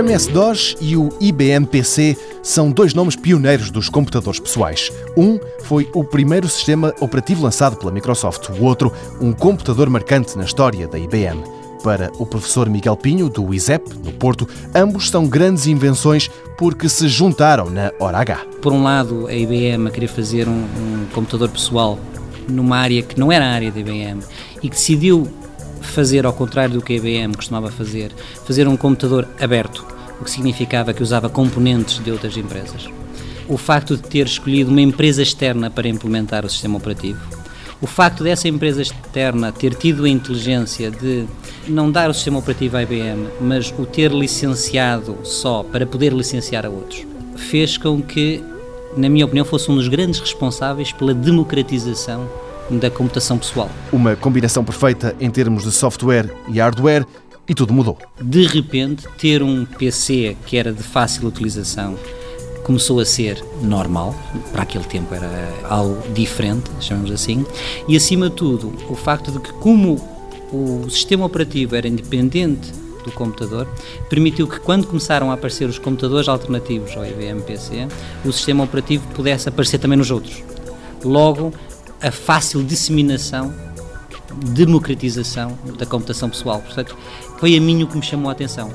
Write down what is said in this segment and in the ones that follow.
MS-DOS e o IBM PC são dois nomes pioneiros dos computadores pessoais. Um foi o primeiro sistema operativo lançado pela Microsoft, o outro, um computador marcante na história da IBM. Para o professor Miguel Pinho, do ISEP, no Porto, ambos são grandes invenções porque se juntaram na hora H. Por um lado, a IBM a querer fazer um computador pessoal numa área que não era a área da IBM e que decidiu fazer, ao contrário do que a IBM costumava fazer um computador aberto, o que significava que usava componentes de outras empresas. O facto de ter escolhido uma empresa externa para implementar o sistema operativo, o facto dessa empresa externa ter tido a inteligência de não dar o sistema operativo à IBM, mas o ter licenciado só para poder licenciar a outros, fez com que, na minha opinião, fosse um dos grandes responsáveis pela democratização da computação pessoal. Uma combinação perfeita em termos de software e hardware, e tudo mudou. De repente, ter um PC que era de fácil utilização começou a ser normal, para aquele tempo era algo diferente, chamamos assim, e acima de tudo, o facto de que, como o sistema operativo era independente do computador, permitiu que, quando começaram a aparecer os computadores alternativos ao IBM PC, o sistema operativo pudesse aparecer também nos outros. Logo, a fácil disseminação, democratização da computação pessoal. Portanto, foi a mim o que me chamou a atenção.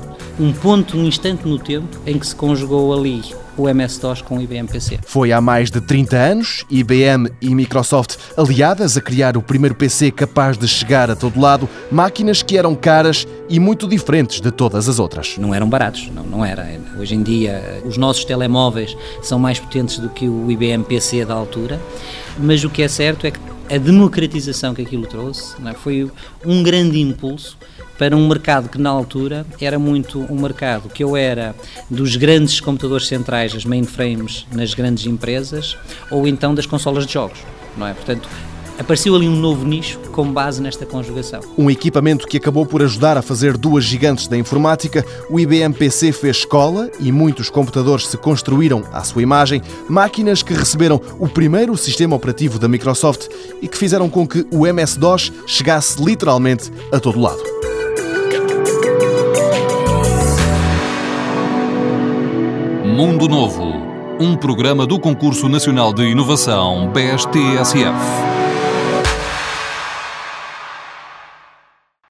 Um instante no tempo em que se conjugou ali o MS-DOS com o IBM PC. Foi há mais de 30 anos, IBM e Microsoft aliadas a criar o primeiro PC capaz de chegar a todo lado, máquinas que eram caras e muito diferentes de todas as outras. Não eram baratos, não era. Hoje em dia, os nossos telemóveis são mais potentes do que o IBM PC da altura, mas o que é certo é que a democratização que aquilo trouxe, foi um grande impulso para um mercado que, na altura, era muito um mercado que ou era dos grandes computadores centrais, as mainframes nas grandes empresas, ou então das consolas de jogos, não é? Portanto, apareceu ali um novo nicho com base nesta conjugação. Um equipamento que acabou por ajudar a fazer duas gigantes da informática. O IBM PC fez escola e muitos computadores se construíram à sua imagem, máquinas que receberam o primeiro sistema operativo da Microsoft e que fizeram com que o MS-DOS chegasse literalmente a todo lado. Mundo Novo, um programa do Concurso Nacional de Inovação BSTSF.